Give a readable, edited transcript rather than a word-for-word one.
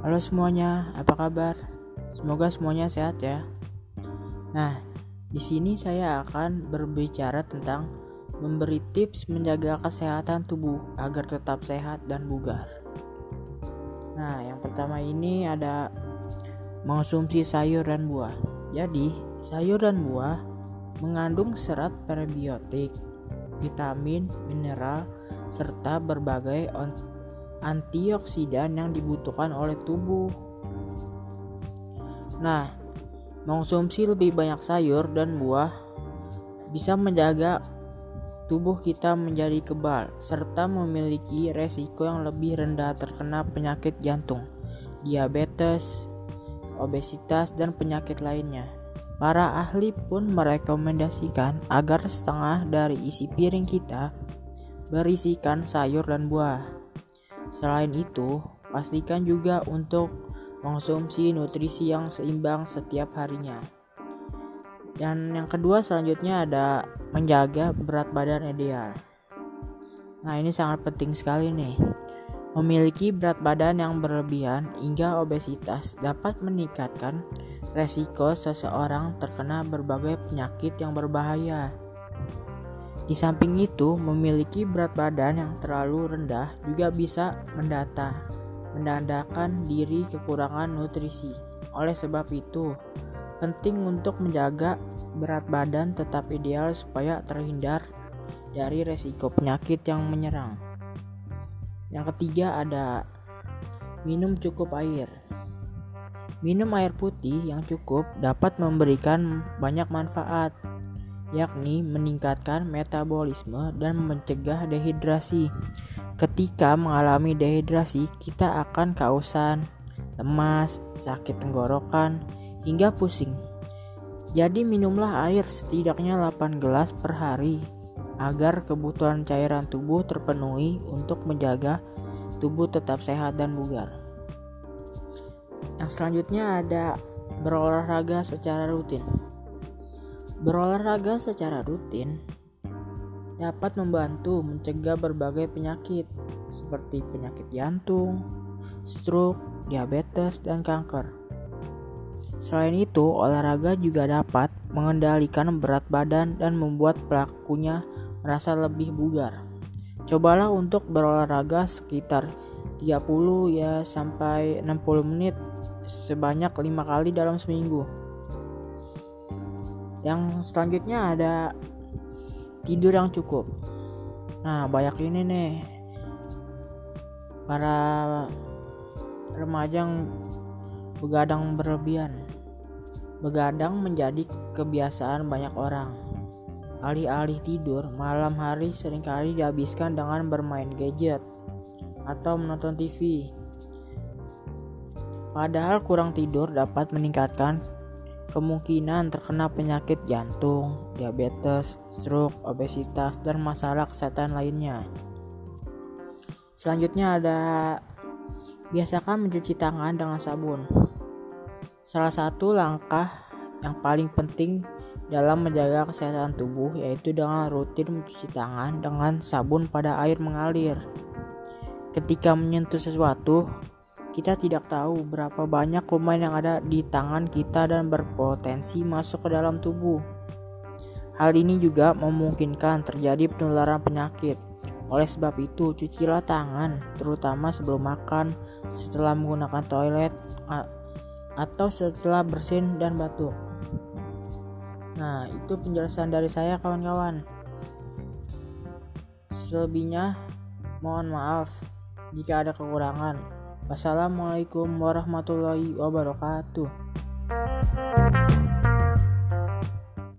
Halo semuanya, apa kabar? Semoga semuanya sehat ya. Nah, di sini saya akan berbicara tentang memberi tips menjaga kesehatan tubuh agar tetap sehat dan bugar. Nah, yang pertama ini ada mengonsumsi sayur dan buah. Jadi, sayur dan buah mengandung serat prebiotik, vitamin, mineral, serta berbagai antioksidan yang dibutuhkan oleh tubuh. Nah, mengonsumsi lebih banyak sayur dan buah bisa menjaga tubuh kita menjadi kebal serta memiliki resiko yang lebih rendah terkena penyakit jantung, diabetes, obesitas, dan penyakit lainnya. Para ahli pun merekomendasikan agar setengah dari isi piring kita berisikan sayur dan buah. Selain itu, pastikan juga untuk mengonsumsi nutrisi yang seimbang setiap harinya. Dan yang kedua selanjutnya ada menjaga berat badan ideal. Nah, ini sangat penting sekali nih. Memiliki berat badan yang berlebihan hingga obesitas dapat meningkatkan resiko seseorang terkena berbagai penyakit yang berbahaya. Di samping itu, memiliki berat badan yang terlalu rendah juga bisa menandakan diri kekurangan nutrisi. Oleh sebab itu, penting untuk menjaga berat badan tetap ideal supaya terhindar dari resiko penyakit yang menyerang. Yang ketiga ada minum cukup air. Minum air putih yang cukup dapat memberikan banyak manfaat, yakni meningkatkan metabolisme dan mencegah dehidrasi. Ketika mengalami dehidrasi, kita akan kehausan, lemas, sakit tenggorokan, hingga pusing. Jadi minumlah air setidaknya 8 gelas per hari agar kebutuhan cairan tubuh terpenuhi untuk menjaga tubuh tetap sehat dan bugar. Yang selanjutnya ada berolahraga secara rutin. Berolahraga secara rutin dapat membantu mencegah berbagai penyakit seperti penyakit jantung, stroke, diabetes, dan kanker. Selain itu, olahraga juga dapat mengendalikan berat badan dan membuat pelakunya merasa lebih bugar. Cobalah untuk berolahraga sekitar 30 sampai 60 menit sebanyak 5 kali dalam seminggu. Yang selanjutnya ada tidur yang cukup. Nah, banyak ini nih para remaja yang begadang berlebihan. Begadang menjadi kebiasaan banyak orang. Alih-alih tidur, malam hari seringkali dihabiskan dengan bermain gadget atau menonton TV. Padahal kurang tidur dapat meningkatkan kemungkinan terkena penyakit jantung, diabetes, stroke, obesitas, dan masalah kesehatan lainnya. Selanjutnya ada biasakan mencuci tangan dengan sabun. Salah satu langkah yang paling penting dalam menjaga kesehatan tubuh yaitu dengan rutin mencuci tangan dengan sabun pada air mengalir. Ketika menyentuh sesuatu, kita tidak tahu berapa banyak kuman yang ada di tangan kita dan berpotensi masuk ke dalam tubuh. Hal ini juga memungkinkan terjadi penularan penyakit. Oleh sebab itu, cucilah tangan, terutama sebelum makan, setelah menggunakan toilet, atau setelah bersin dan batuk. Nah, itu penjelasan dari saya kawan-kawan. Selebihnya, mohon maaf jika ada kekurangan. Wassalamualaikum warahmatullahi wabarakatuh.